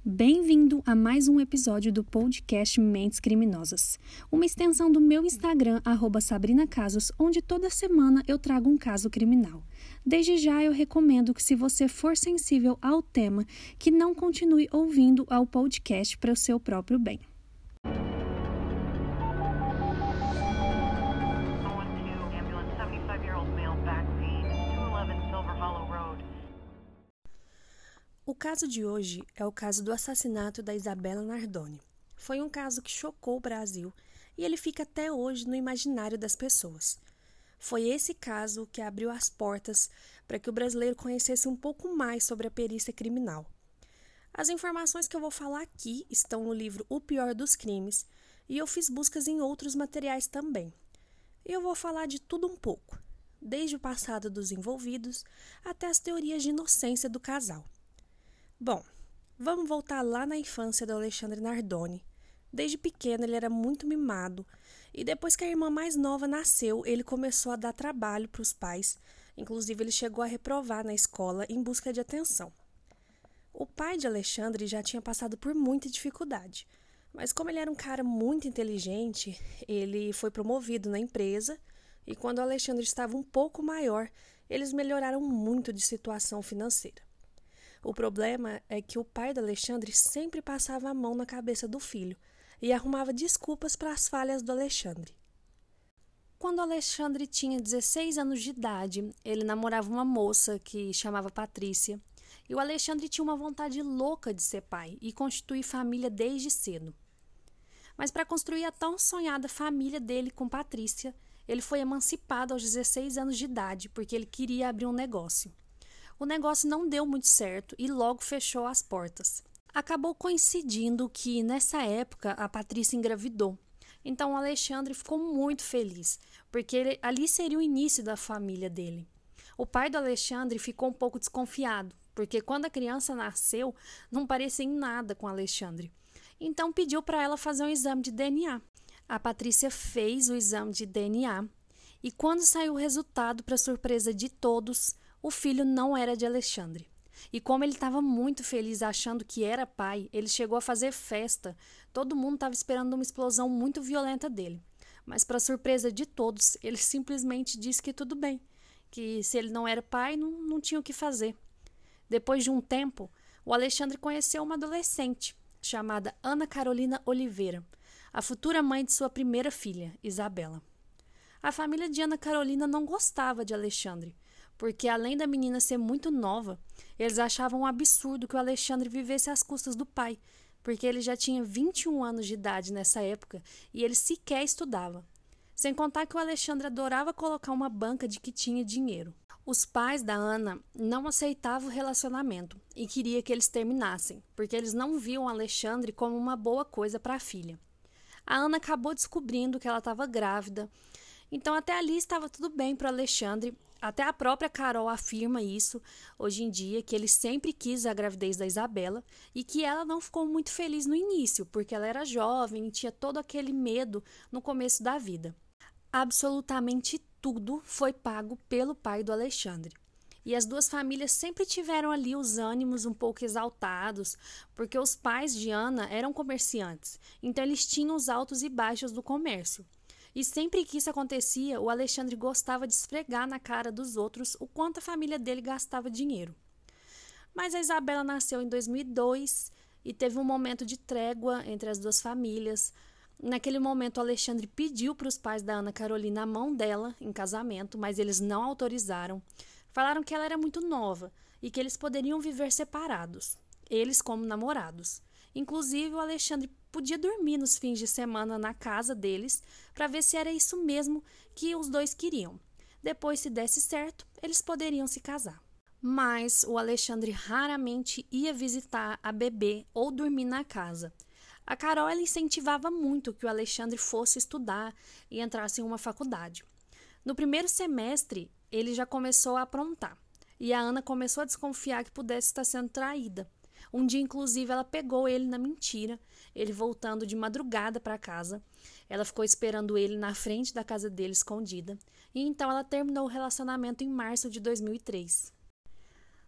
Bem-vindo a mais um episódio do podcast Mentes Criminosas, uma extensão do meu Instagram, @SabrinaCasos, onde toda semana eu trago um caso criminal. Desde já eu recomendo que, se você for sensível ao tema, que não continue ouvindo ao podcast para o seu próprio bem. O caso de hoje é o caso do assassinato da Isabella Nardoni. Foi um caso que chocou o Brasil e ele fica até hoje no imaginário das pessoas. Foi esse caso que abriu as portas para que o brasileiro conhecesse um pouco mais sobre a perícia criminal. As informações que eu vou falar aqui estão no livro O Pior dos Crimes e eu fiz buscas em outros materiais também. E eu vou falar de tudo um pouco, desde o passado dos envolvidos até as teorias de inocência do casal. Bom, vamos voltar lá na infância do Alexandre Nardoni. Desde pequeno ele era muito mimado e depois que a irmã mais nova nasceu, ele começou a dar trabalho para os pais. Inclusive ele chegou a reprovar na escola em busca de atenção. O pai de Alexandre já tinha passado por muita dificuldade, mas como ele era um cara muito inteligente, ele foi promovido na empresa e quando o Alexandre estava um pouco maior, eles melhoraram muito de situação financeira. O problema é que o pai do Alexandre sempre passava a mão na cabeça do filho e arrumava desculpas para as falhas do Alexandre. Quando o Alexandre tinha 16 anos de idade, ele namorava uma moça que chamava Patrícia, e o Alexandre tinha uma vontade louca de ser pai e constituir família desde cedo. Mas para construir a tão sonhada família dele com Patrícia, ele foi emancipado aos 16 anos de idade porque ele queria abrir um negócio. O negócio não deu muito certo e logo fechou as portas. Acabou coincidindo que, nessa época, a Patrícia engravidou. Então, o Alexandre ficou muito feliz, porque ali seria o início da família dele. O pai do Alexandre ficou um pouco desconfiado, porque quando a criança nasceu, não parecia em nada com o Alexandre. Então, pediu para ela fazer um exame de DNA. A Patrícia fez o exame de DNA e, quando saiu o resultado, para surpresa de todos, o filho não era de Alexandre. E como ele estava muito feliz achando que era pai, ele chegou a fazer festa. Todo mundo estava esperando uma explosão muito violenta dele. Mas, para surpresa de todos, ele simplesmente disse que tudo bem, que se ele não era pai, não tinha o que fazer. Depois de um tempo, o Alexandre conheceu uma adolescente chamada Ana Carolina Oliveira, a futura mãe de sua primeira filha, Isabella. A família de Ana Carolina não gostava de Alexandre, porque além da menina ser muito nova, eles achavam um absurdo que o Alexandre vivesse às custas do pai, porque ele já tinha 21 anos de idade nessa época e ele sequer estudava. Sem contar que o Alexandre adorava colocar uma banca de que tinha dinheiro. Os pais da Ana não aceitavam o relacionamento e queriam que eles terminassem, porque eles não viam o Alexandre como uma boa coisa para a filha. A Ana acabou descobrindo que ela estava grávida, então até ali estava tudo bem para o Alexandre. Até a própria Carol afirma isso hoje em dia, que ele sempre quis a gravidez da Isabella e que ela não ficou muito feliz no início, porque ela era jovem e tinha todo aquele medo no começo da vida. Absolutamente tudo foi pago pelo pai do Alexandre. E as duas famílias sempre tiveram ali os ânimos um pouco exaltados, porque os pais de Ana eram comerciantes, então eles tinham os altos e baixos do comércio. E sempre que isso acontecia, o Alexandre gostava de esfregar na cara dos outros o quanto a família dele gastava dinheiro. Mas a Isabella nasceu em 2002 e teve um momento de trégua entre as duas famílias. Naquele momento, o Alexandre pediu para os pais da Ana Carolina a mão dela em casamento, mas eles não autorizaram. Falaram que ela era muito nova e que eles poderiam viver separados, eles como namorados. Inclusive, o Alexandre podia dormir nos fins de semana na casa deles para ver se era isso mesmo que os dois queriam. Depois, se desse certo, eles poderiam se casar. Mas o Alexandre raramente ia visitar a bebê ou dormir na casa. A Carol ela incentivava muito que o Alexandre fosse estudar e entrasse em uma faculdade. No primeiro semestre, ele já começou a aprontar e a Ana começou a desconfiar que pudesse estar sendo traída. Um dia, inclusive, ela pegou ele na mentira, ele voltando de madrugada para casa. Ela ficou esperando ele na frente da casa dele, escondida. E então ela terminou o relacionamento em março de 2003.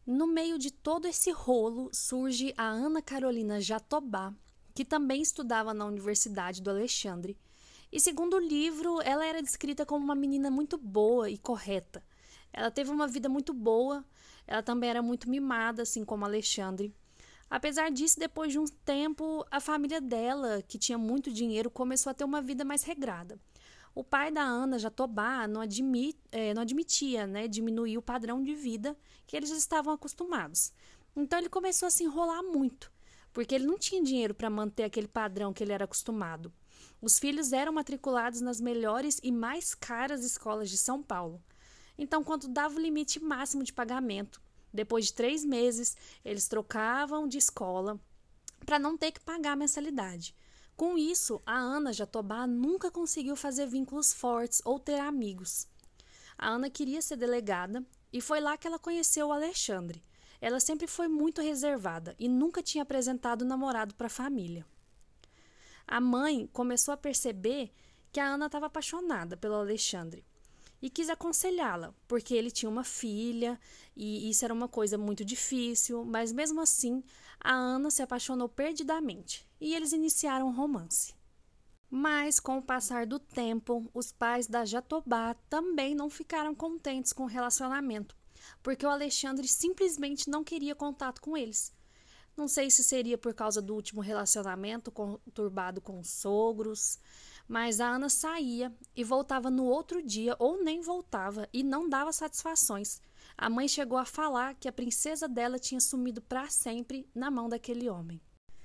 No meio de todo esse rolo surge a Ana Carolina Jatobá, que também estudava na Universidade do Alexandre. E segundo o livro, ela era descrita como uma menina muito boa e correta. Ela teve uma vida muito boa, ela também era muito mimada, assim como Alexandre. Apesar disso, depois de um tempo, a família dela, que tinha muito dinheiro, começou a ter uma vida mais regrada. O pai da Ana Jatobá não admitia, diminuir o padrão de vida que eles estavam acostumados. Então ele começou a se enrolar muito, porque ele não tinha dinheiro para manter aquele padrão que ele era acostumado. Os filhos eram matriculados nas melhores e mais caras escolas de São Paulo. Então, quando dava o limite máximo de pagamento, depois de 3 meses, eles trocavam de escola para não ter que pagar a mensalidade. Com isso, a Ana Jatobá nunca conseguiu fazer vínculos fortes ou ter amigos. A Ana queria ser delegada e foi lá que ela conheceu o Alexandre. Ela sempre foi muito reservada e nunca tinha apresentado o namorado para a família. A mãe começou a perceber que a Ana estava apaixonada pelo Alexandre e quis aconselhá-la, porque ele tinha uma filha e isso era uma coisa muito difícil, mas mesmo assim a Ana se apaixonou perdidamente e eles iniciaram um romance. Mas com o passar do tempo, os pais da Jatobá também não ficaram contentes com o relacionamento, porque o Alexandre simplesmente não queria contato com eles. Não sei se seria por causa do último relacionamento conturbado com os sogros, mas a Ana saía e voltava no outro dia ou nem voltava e não dava satisfações. A mãe chegou a falar que a princesa dela tinha sumido para sempre na mão daquele homem.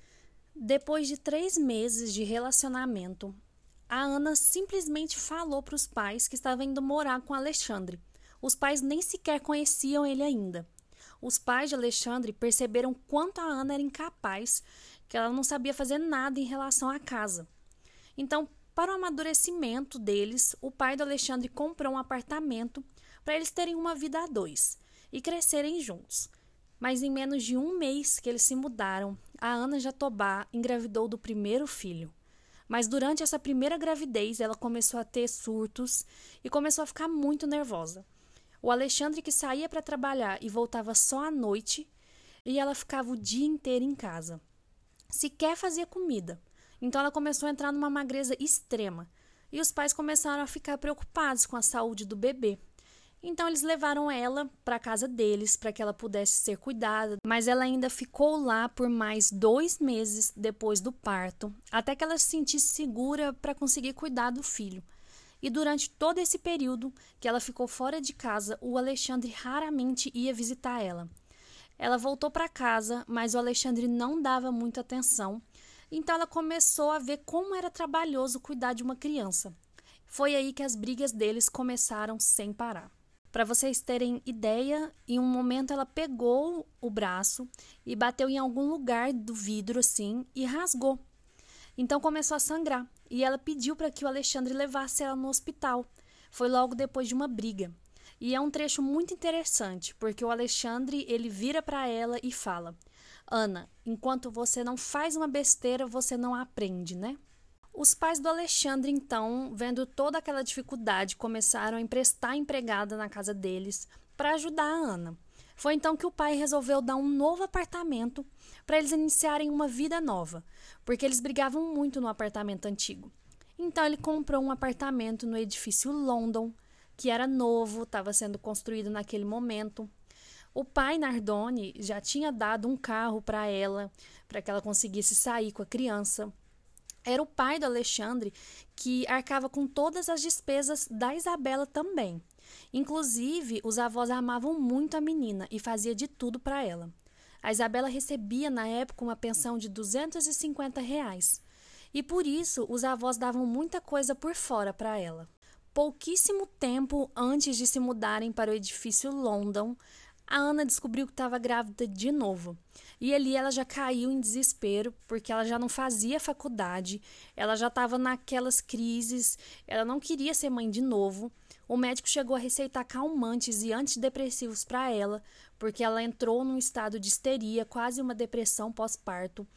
Depois de 3 meses de relacionamento, a Ana simplesmente falou para os pais que estava indo morar com Alexandre. Os pais nem sequer conheciam ele ainda. Os pais de Alexandre perceberam quanto a Ana era incapaz, que ela não sabia fazer nada em relação à casa. Então, para o amadurecimento deles, o pai do Alexandre comprou um apartamento para eles terem uma vida a 2 e crescerem juntos. Mas em menos de 1 mês que eles se mudaram, a Ana Jatobá engravidou do primeiro filho. Mas durante essa primeira gravidez, ela começou a ter surtos e começou a ficar muito nervosa. O Alexandre que saía para trabalhar e voltava só à noite, e ela ficava o dia inteiro em casa. Sequer fazia comida. Então ela começou a entrar numa magreza extrema. E os pais começaram a ficar preocupados com a saúde do bebê. Então eles levaram ela para a casa deles para que ela pudesse ser cuidada, mas ela ainda ficou lá por mais 2 meses depois do parto, até que ela se sentisse segura para conseguir cuidar do filho. E durante todo esse período que ela ficou fora de casa, o Alexandre raramente ia visitar ela. Ela voltou para casa, mas o Alexandre não dava muita atenção, então ela começou a ver como era trabalhoso cuidar de uma criança. Foi aí que as brigas deles começaram sem parar. Para vocês terem ideia, em um momento ela pegou o braço e bateu em algum lugar do vidro assim e rasgou. Então começou a sangrar e ela pediu para que o Alexandre levasse ela no hospital. Foi logo depois de uma briga. E é um trecho muito interessante, porque o Alexandre ele vira para ela e fala: Ana, enquanto você não faz uma besteira, você não aprende, né? Os pais do Alexandre, então, vendo toda aquela dificuldade, começaram a emprestar a empregada na casa deles para ajudar a Ana. Foi então que o pai resolveu dar um novo apartamento para eles iniciarem uma vida nova, porque eles brigavam muito no apartamento antigo. Então ele comprou um apartamento no edifício London, que era novo, estava sendo construído naquele momento. O pai Nardoni já tinha dado um carro para ela, para que ela conseguisse sair com a criança. Era o pai do Alexandre que arcava com todas as despesas da Isabela também. Inclusive, os avós amavam muito a menina e fazia de tudo para ela. A Isabela recebia, na época, uma pensão de R$ 250. E por isso, os avós davam muita coisa por fora para ela. Pouquíssimo tempo antes de se mudarem para o edifício London, a Ana descobriu que estava grávida de novo. E ali ela já caiu em desespero, porque ela já não fazia faculdade, ela já estava naquelas crises, ela não queria ser mãe de novo. O médico chegou a receitar calmantes e antidepressivos para ela, porque ela entrou num estado de histeria, quase uma depressão pós-parto.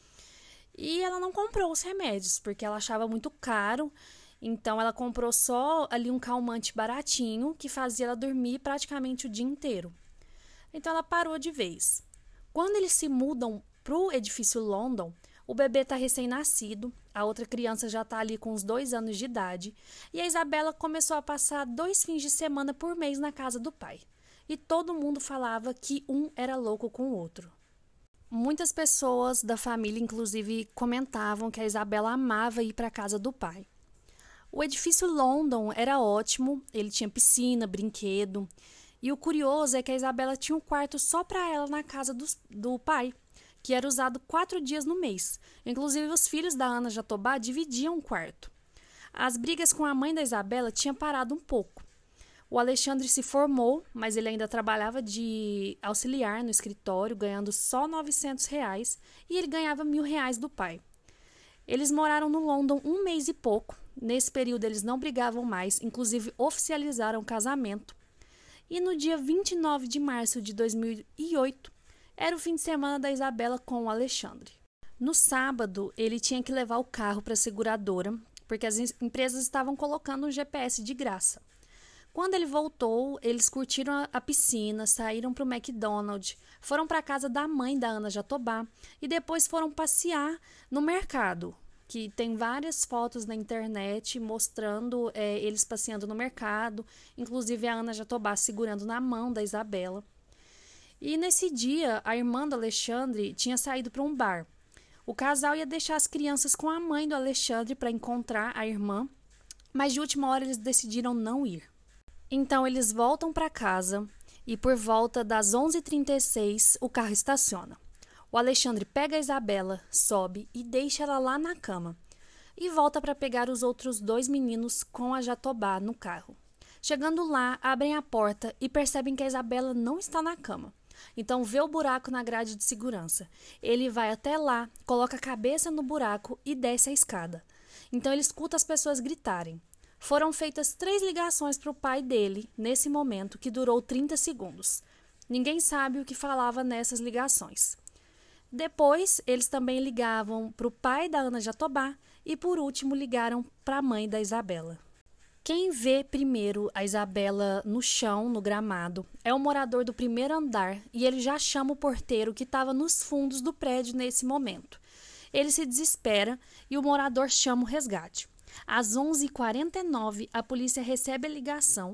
E ela não comprou os remédios, porque ela achava muito caro. Então ela comprou só ali um calmante baratinho, que fazia ela dormir praticamente o dia inteiro. Então ela parou de vez. Quando eles se mudam para o edifício London, o bebê está recém-nascido, a outra criança já está ali com uns 2 anos de idade, e a Isabela começou a passar 2 fins de semana por mês na casa do pai. E todo mundo falava que um era louco com o outro. Muitas pessoas da família, inclusive, comentavam que a Isabela amava ir para a casa do pai. O edifício London era ótimo, ele tinha piscina, brinquedo, e o curioso é que a Isabela tinha um quarto só para ela na casa do pai, que era usado 4 dias no mês. Inclusive, os filhos da Ana Jatobá dividiam um quarto. As brigas com a mãe da Isabela tinham parado um pouco. O Alexandre se formou, mas ele ainda trabalhava de auxiliar no escritório, ganhando só R$ 900, e ele ganhava R$ 1.000 do pai. Eles moraram no London 1 mês e pouco. Nesse período eles não brigavam mais, inclusive oficializaram o casamento. E no dia 29 de março de 2008, era o fim de semana da Isabela com o Alexandre. No sábado, ele tinha que levar o carro para a seguradora, porque as empresas estavam colocando um GPS de graça. Quando ele voltou, eles curtiram a piscina, saíram para o McDonald's, foram para a casa da mãe da Ana Jatobá e depois foram passear no mercado, que tem várias fotos na internet mostrando eles passeando no mercado, inclusive a Ana Jatobá segurando na mão da Isabela. E nesse dia, a irmã do Alexandre tinha saído para um bar. O casal ia deixar as crianças com a mãe do Alexandre para encontrar a irmã, mas de última hora eles decidiram não ir. Então eles voltam para casa e por volta das 11h36 o carro estaciona. O Alexandre pega a Isabela, sobe e deixa ela lá na cama e volta para pegar os outros 2 meninos com a Jatobá no carro. Chegando lá, abrem a porta e percebem que a Isabela não está na cama. Então vê o buraco na grade de segurança. Ele vai até lá, coloca a cabeça no buraco e desce a escada. Então ele escuta as pessoas gritarem. Foram feitas 3 ligações para o pai dele, nesse momento, que durou 30 segundos. Ninguém sabe o que falava nessas ligações. Depois, eles também ligavam para o pai da Ana Jatobá e, por último, ligaram para a mãe da Isabela. Quem vê primeiro a Isabela no chão, no gramado, é o morador do primeiro andar e ele já chama o porteiro que estava nos fundos do prédio nesse momento. Ele se desespera e o morador chama o resgate. Às 11h49, a polícia recebe a ligação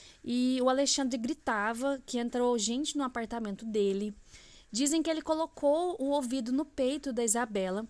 e o Alexandre gritava que entrou gente no apartamento dele. Dizem que ele colocou o ouvido no peito da Isabela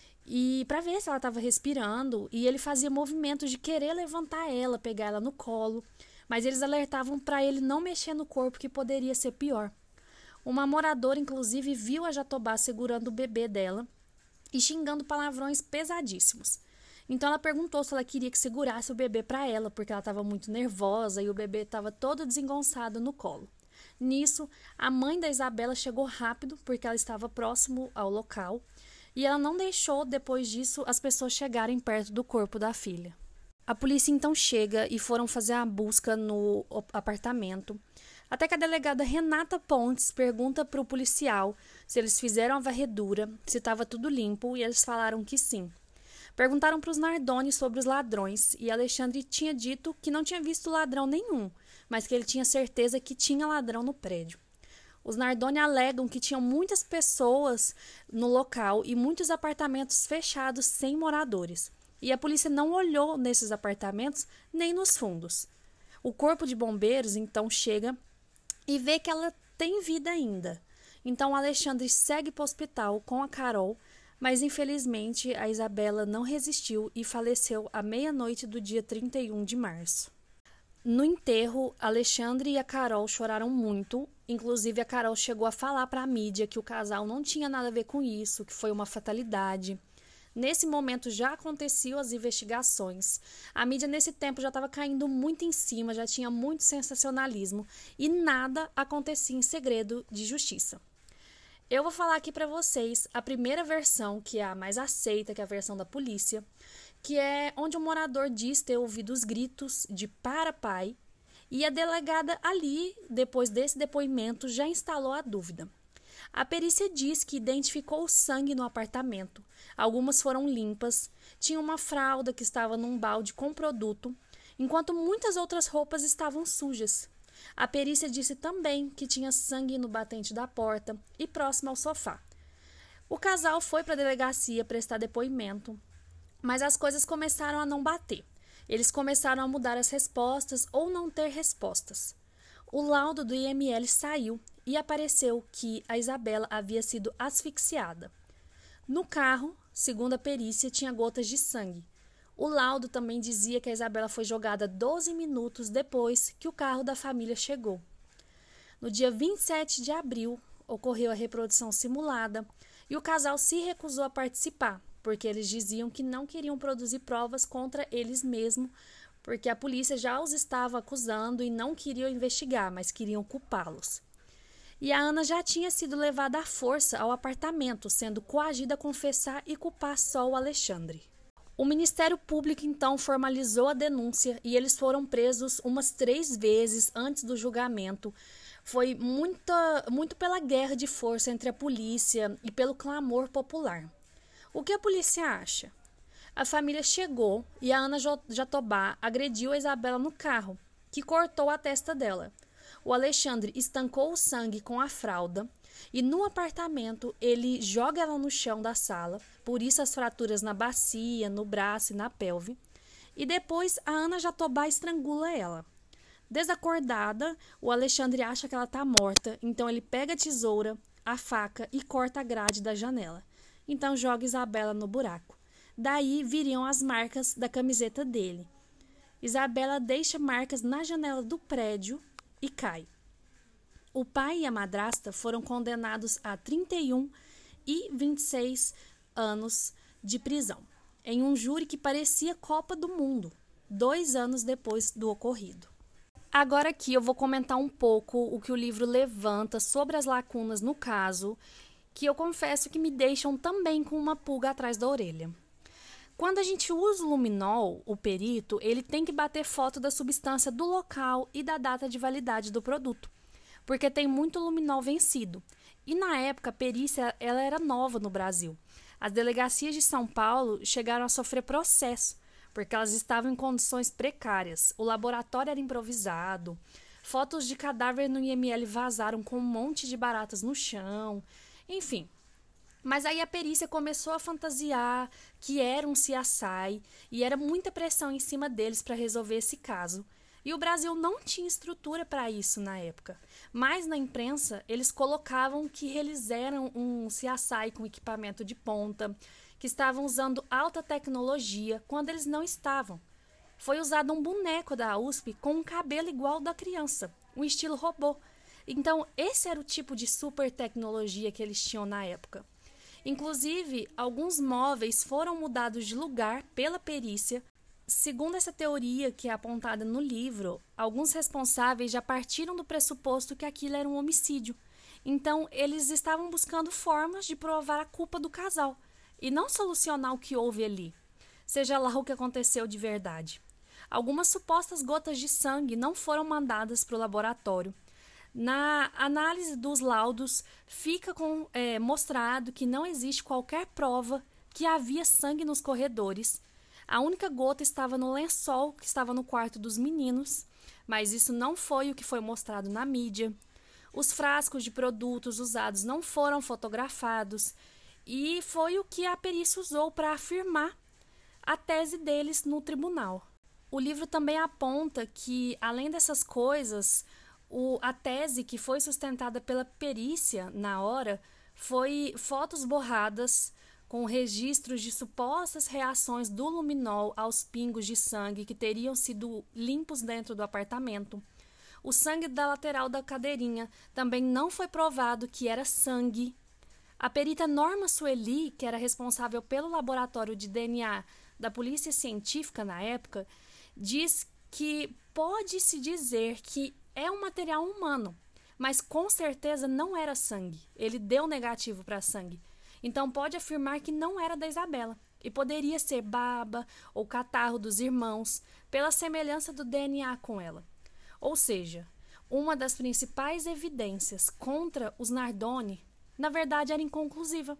e para ver se ela estava respirando, e ele fazia movimentos de querer levantar ela, pegar ela no colo, mas eles alertavam para ele não mexer no corpo, que poderia ser pior. Uma moradora, inclusive, viu a Jatobá segurando o bebê dela e xingando palavrões pesadíssimos. Então ela perguntou se ela queria que segurasse o bebê para ela, porque ela estava muito nervosa e o bebê estava todo desengonçado no colo. Nisso, a mãe da Isabela chegou rápido, porque ela estava próximo ao local, e ela não deixou, depois disso, as pessoas chegarem perto do corpo da filha. A polícia então chega e foram fazer a busca no apartamento, até que a delegada Renata Pontes pergunta para o policial se eles fizeram a varredura, se estava tudo limpo, e eles falaram que sim. Perguntaram para os Nardoni sobre os ladrões e Alexandre tinha dito que não tinha visto ladrão nenhum, mas que ele tinha certeza que tinha ladrão no prédio. Os Nardoni alegam que tinham muitas pessoas no local e muitos apartamentos fechados sem moradores. E a polícia não olhou nesses apartamentos nem nos fundos. O corpo de bombeiros então chega e vê que ela tem vida ainda. Então Alexandre segue para o hospital com a Carol, mas infelizmente a Isabela não resistiu e faleceu à meia-noite do dia 31 de março. No enterro, Alexandre e a Carol choraram muito, inclusive a Carol chegou a falar para a mídia que o casal não tinha nada a ver com isso, que foi uma fatalidade. Nesse momento já aconteciam as investigações. A mídia nesse tempo já estava caindo muito em cima, já tinha muito sensacionalismo e nada acontecia em segredo de justiça. Eu vou falar aqui para vocês a primeira versão, que é a mais aceita, que é a versão da polícia, que é onde o morador diz ter ouvido os gritos de "para, pai", e a delegada ali, depois desse depoimento, já instalou a dúvida. A perícia diz que identificou o sangue no apartamento, algumas foram limpas, tinha uma fralda que estava num balde com produto, enquanto muitas outras roupas estavam sujas. A perícia disse também que tinha sangue no batente da porta e próximo ao sofá. O casal foi para a delegacia prestar depoimento, mas as coisas começaram a não bater. Eles começaram a mudar as respostas ou não ter respostas. O laudo do IML saiu e apareceu que a Isabela havia sido asfixiada. No carro, segundo a perícia, tinha gotas de sangue. O laudo também dizia que a Isabela foi jogada 12 minutos depois que o carro da família chegou. No dia 27 de abril, ocorreu a reprodução simulada e o casal se recusou a participar, porque eles diziam que não queriam produzir provas contra eles mesmos, porque a polícia já os estava acusando e não queriam investigar, mas queriam culpá-los. E a Ana já tinha sido levada à força ao apartamento, sendo coagida a confessar e culpar só o Alexandre. O Ministério Público, então, formalizou a denúncia e eles foram presos umas 3 vezes antes do julgamento. Foi muito pela guerra de força entre a polícia e pelo clamor popular. O que a polícia acha? A família chegou e a Ana Jatobá agrediu a Isabela no carro, que cortou a testa dela. O Alexandre estancou o sangue com a fralda e no apartamento ele joga ela no chão da sala, por isso as fraturas na bacia, no braço e na pelve. E depois a Ana Jatobá estrangula ela. Desacordada, o Alexandre acha que ela está morta, então ele pega a tesoura, a faca e corta a grade da janela. Então joga Isabela no buraco. Daí viriam as marcas da camiseta dele. Isabela deixa marcas na janela do prédio e cai. O pai e a madrasta foram condenados a 31 e 26 anos de prisão, em um júri que parecia Copa do Mundo, 2 anos depois do ocorrido. Agora aqui eu vou comentar um pouco o que o livro levanta sobre as lacunas no caso, que eu confesso que me deixam também com uma pulga atrás da orelha. Quando a gente usa o luminol, o perito, ele tem que bater foto da substância do local e da data de validade do produto, porque tem muito luminol vencido. E na época a perícia ela era nova no Brasil. As delegacias de São Paulo chegaram a sofrer processo, porque elas estavam em condições precárias. O laboratório era improvisado, fotos de cadáver no IML vazaram com um monte de baratas no chão, enfim. Mas aí a perícia começou a fantasiar que era um CSI e era muita pressão em cima deles para resolver esse caso. E o Brasil não tinha estrutura para isso na época. Mas na imprensa eles colocavam que eles eram um CSI com equipamento de ponta, que estavam usando alta tecnologia quando eles não estavam. Foi usado um boneco da USP com um cabelo igual ao da criança, um estilo robô. Então esse era o tipo de super tecnologia que eles tinham na época. Inclusive, alguns móveis foram mudados de lugar pela perícia. Segundo essa teoria que é apontada no livro, alguns responsáveis já partiram do pressuposto que aquilo era um homicídio. Então, eles estavam buscando formas de provar a culpa do casal e não solucionar o que houve ali, seja lá o que aconteceu de verdade. Algumas supostas gotas de sangue não foram mandadas para o laboratório. Na análise dos laudos, fica mostrado que não existe qualquer prova que havia sangue nos corredores. A única gota estava no lençol que estava no quarto dos meninos, mas isso não foi o que foi mostrado na mídia. Os frascos de produtos usados não foram fotografados e foi o que a perícia usou para afirmar a tese deles no tribunal. O livro também aponta que, além dessas coisas, a tese que foi sustentada pela perícia na hora foi fotos borradas com registros de supostas reações do luminol aos pingos de sangue que teriam sido limpos dentro do apartamento. O sangue da lateral da cadeirinha também não foi provado que era sangue. A perita Norma Sueli, que era responsável pelo laboratório de DNA da Polícia Científica na época, diz que pode-se dizer que é um material humano, mas com certeza não era sangue. Ele deu negativo para sangue. Então pode afirmar que não era da Isabela e poderia ser baba ou catarro dos irmãos, pela semelhança do DNA com ela. Ou seja, uma das principais evidências contra os Nardoni, na verdade, era inconclusiva.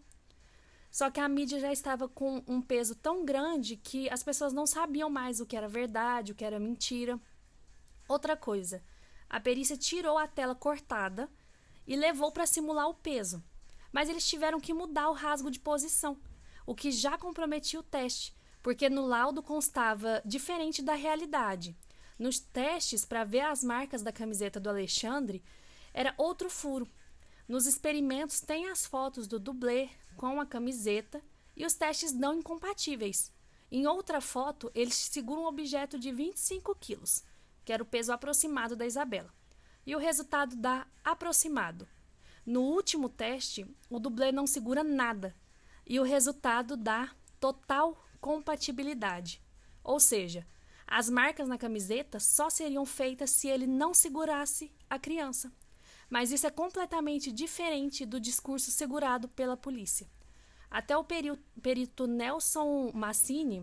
Só que a mídia já estava com um peso tão grande que as pessoas não sabiam mais o que era verdade, o que era mentira. Outra coisa, A perícia tirou a tela cortada e levou para simular o peso, mas eles tiveram que mudar o rasgo de posição, o que já comprometia o teste, porque no laudo constava diferente da realidade. Nos testes, para ver as marcas da camiseta do Alexandre, era outro furo. Nos experimentos, tem as fotos do dublê com a camiseta e os testes dão incompatíveis. Em outra foto, eles seguram um objeto de 25 quilos, que era o peso aproximado da Isabela. E o resultado dá aproximado. No último teste, o dublê não segura nada. E o resultado dá total compatibilidade. Ou seja, as marcas na camiseta só seriam feitas se ele não segurasse a criança. Mas isso é completamente diferente do discurso segurado pela polícia. Até o perito Nelson Massini,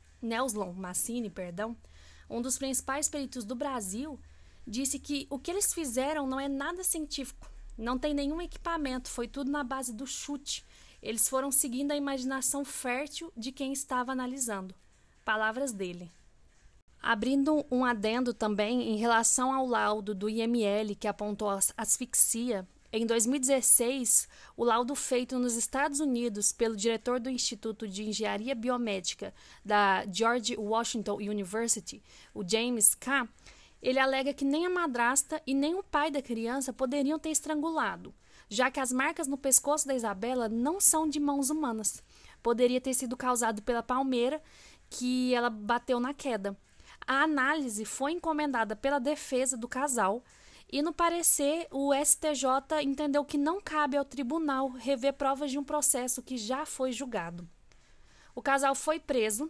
um dos principais peritos do Brasil, disse que o que eles fizeram não é nada científico, não tem nenhum equipamento, foi tudo na base do chute. Eles foram seguindo a imaginação fértil de quem estava analisando. Palavras dele. Abrindo um adendo também em relação ao laudo do IML que apontou asfixia, em 2016, o laudo feito nos Estados Unidos pelo diretor do Instituto de Engenharia Biomédica da George Washington University, o James K., ele alega que nem a madrasta e nem o pai da criança poderiam ter estrangulado, já que as marcas no pescoço da Isabela não são de mãos humanas. Poderia ter sido causado pela palmeira que ela bateu na queda. A análise foi encomendada pela defesa do casal e, no parecer, o STJ entendeu que não cabe ao tribunal rever provas de um processo que já foi julgado. O casal foi preso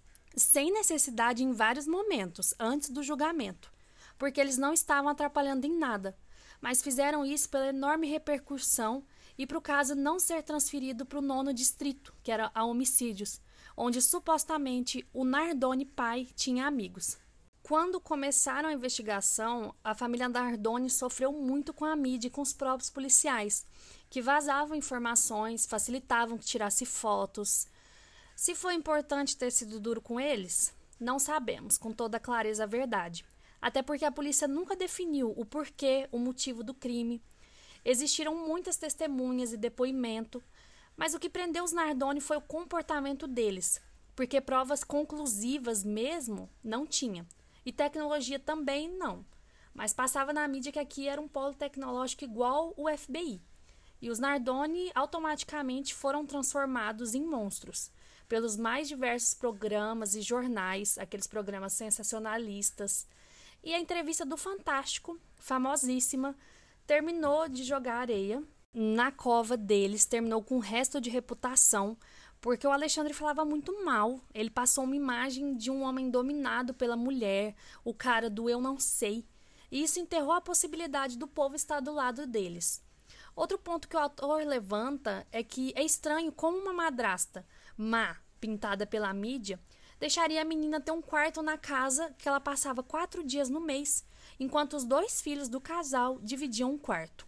sem necessidade em vários momentos, antes do julgamento, porque eles não estavam atrapalhando em nada, mas fizeram isso pela enorme repercussão e para o caso não ser transferido para o 9º distrito, que era a homicídios, onde supostamente o Nardoni pai tinha amigos. Quando começaram a investigação, a família Nardoni sofreu muito com a mídia e com os próprios policiais, que vazavam informações, facilitavam que tirasse fotos. Se foi importante ter sido duro com eles, não sabemos com toda clareza a verdade, até porque a polícia nunca definiu o porquê, o motivo do crime. Existiram muitas testemunhas e depoimento, mas o que prendeu os Nardoni foi o comportamento deles, porque provas conclusivas mesmo não tinha. E tecnologia também não. Mas passava na mídia que aqui era um polo tecnológico igual o FBI. E os Nardoni automaticamente foram transformados em monstros pelos mais diversos programas e jornais, aqueles programas sensacionalistas. E a entrevista do Fantástico, famosíssima, terminou de jogar areia na cova deles, terminou com o resto de reputação, porque o Alexandre falava muito mal. Ele passou uma imagem de um homem dominado pela mulher, o cara do eu não sei. E isso enterrou a possibilidade do povo estar do lado deles. Outro ponto que o autor levanta é que é estranho como uma madrasta má, pintada pela mídia, deixaria a menina ter um quarto na casa que ela passava 4 dias no mês, enquanto os 2 filhos do casal dividiam um quarto.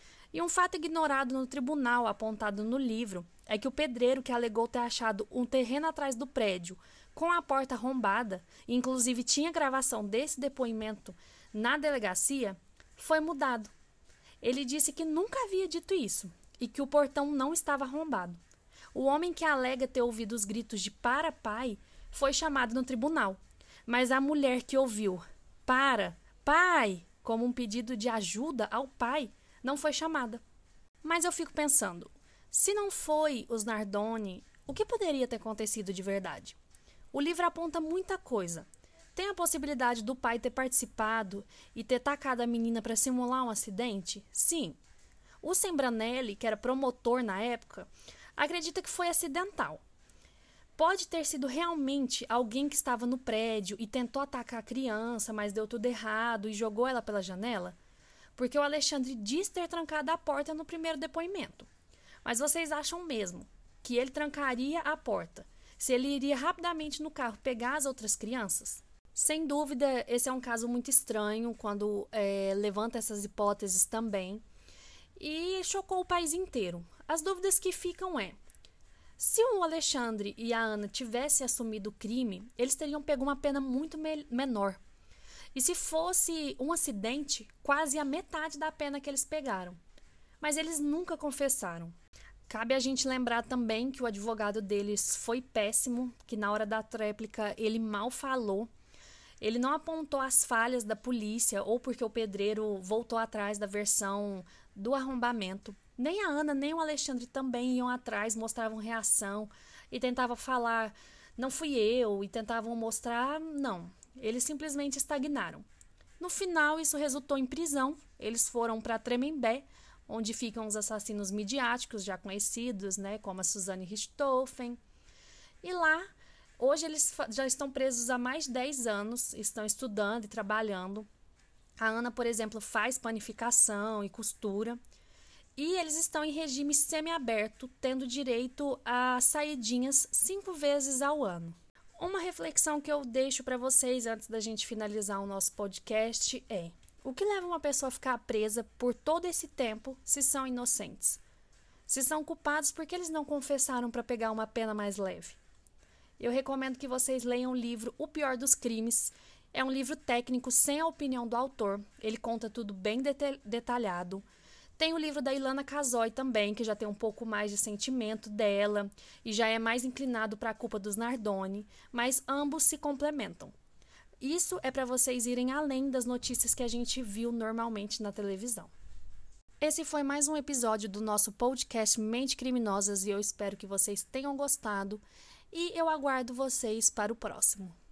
E um fato ignorado no tribunal, apontado no livro, é que o pedreiro que alegou ter achado um terreno atrás do prédio com a porta arrombada, e inclusive tinha gravação desse depoimento na delegacia, foi mudado. Ele disse que nunca havia dito isso e que o portão não estava arrombado. O homem que alega ter ouvido os gritos de "para, pai" foi chamado no tribunal, mas a mulher que ouviu "para, pai" como um pedido de ajuda ao pai não foi chamada. Mas eu fico pensando, se não foi os Nardoni, o que poderia ter acontecido de verdade? O livro aponta muita coisa. Tem a possibilidade do pai ter participado e ter tacado a menina para simular um acidente? Sim. O Sembranelli, que era promotor na época, acredita que foi acidental. Pode ter sido realmente alguém que estava no prédio e tentou atacar a criança, mas deu tudo errado e jogou ela pela janela? Porque o Alexandre diz ter trancado a porta no primeiro depoimento. Mas vocês acham mesmo que ele trancaria a porta se ele iria rapidamente no carro pegar as outras crianças? Sem dúvida, esse é um caso muito estranho quando levanta essas hipóteses também. E chocou o país inteiro. As dúvidas que ficam se o Alexandre e a Ana tivessem assumido o crime, eles teriam pego uma pena muito menor. E se fosse um acidente, quase a metade da pena que eles pegaram. Mas eles nunca confessaram. Cabe a gente lembrar também que o advogado deles foi péssimo, que na hora da tréplica ele mal falou. Ele não apontou as falhas da polícia ou porque o pedreiro voltou atrás da versão do arrombamento. Nem a Ana nem o Alexandre também iam atrás, mostravam reação e tentavam falar, não fui eu, e tentavam mostrar, não. Eles simplesmente estagnaram. No final, isso resultou em prisão. Eles foram para Tremembé, onde ficam os assassinos midiáticos já conhecidos, né, como a Suzane Richthofen. E lá, hoje eles já estão presos há mais de 10 anos, estão estudando e trabalhando. A Ana, por exemplo, faz panificação e costura. E eles estão em regime semiaberto, tendo direito a saidinhas 5 vezes ao ano. Uma reflexão que eu deixo para vocês antes da gente finalizar o nosso podcast é: o que leva uma pessoa a ficar presa por todo esse tempo se são inocentes? Se são culpados, por que eles não confessaram para pegar uma pena mais leve? Eu recomendo que vocês leiam o livro O Pior dos Crimes. É um livro técnico sem a opinião do autor. Ele conta tudo bem detalhado. Tem o livro da Ilana Casoy também, que já tem um pouco mais de sentimento dela e já é mais inclinado para a culpa dos Nardoni, mas ambos se complementam. Isso é para vocês irem além das notícias que a gente viu normalmente na televisão. Esse foi mais um episódio do nosso podcast Mente Criminosas e eu espero que vocês tenham gostado e eu aguardo vocês para o próximo.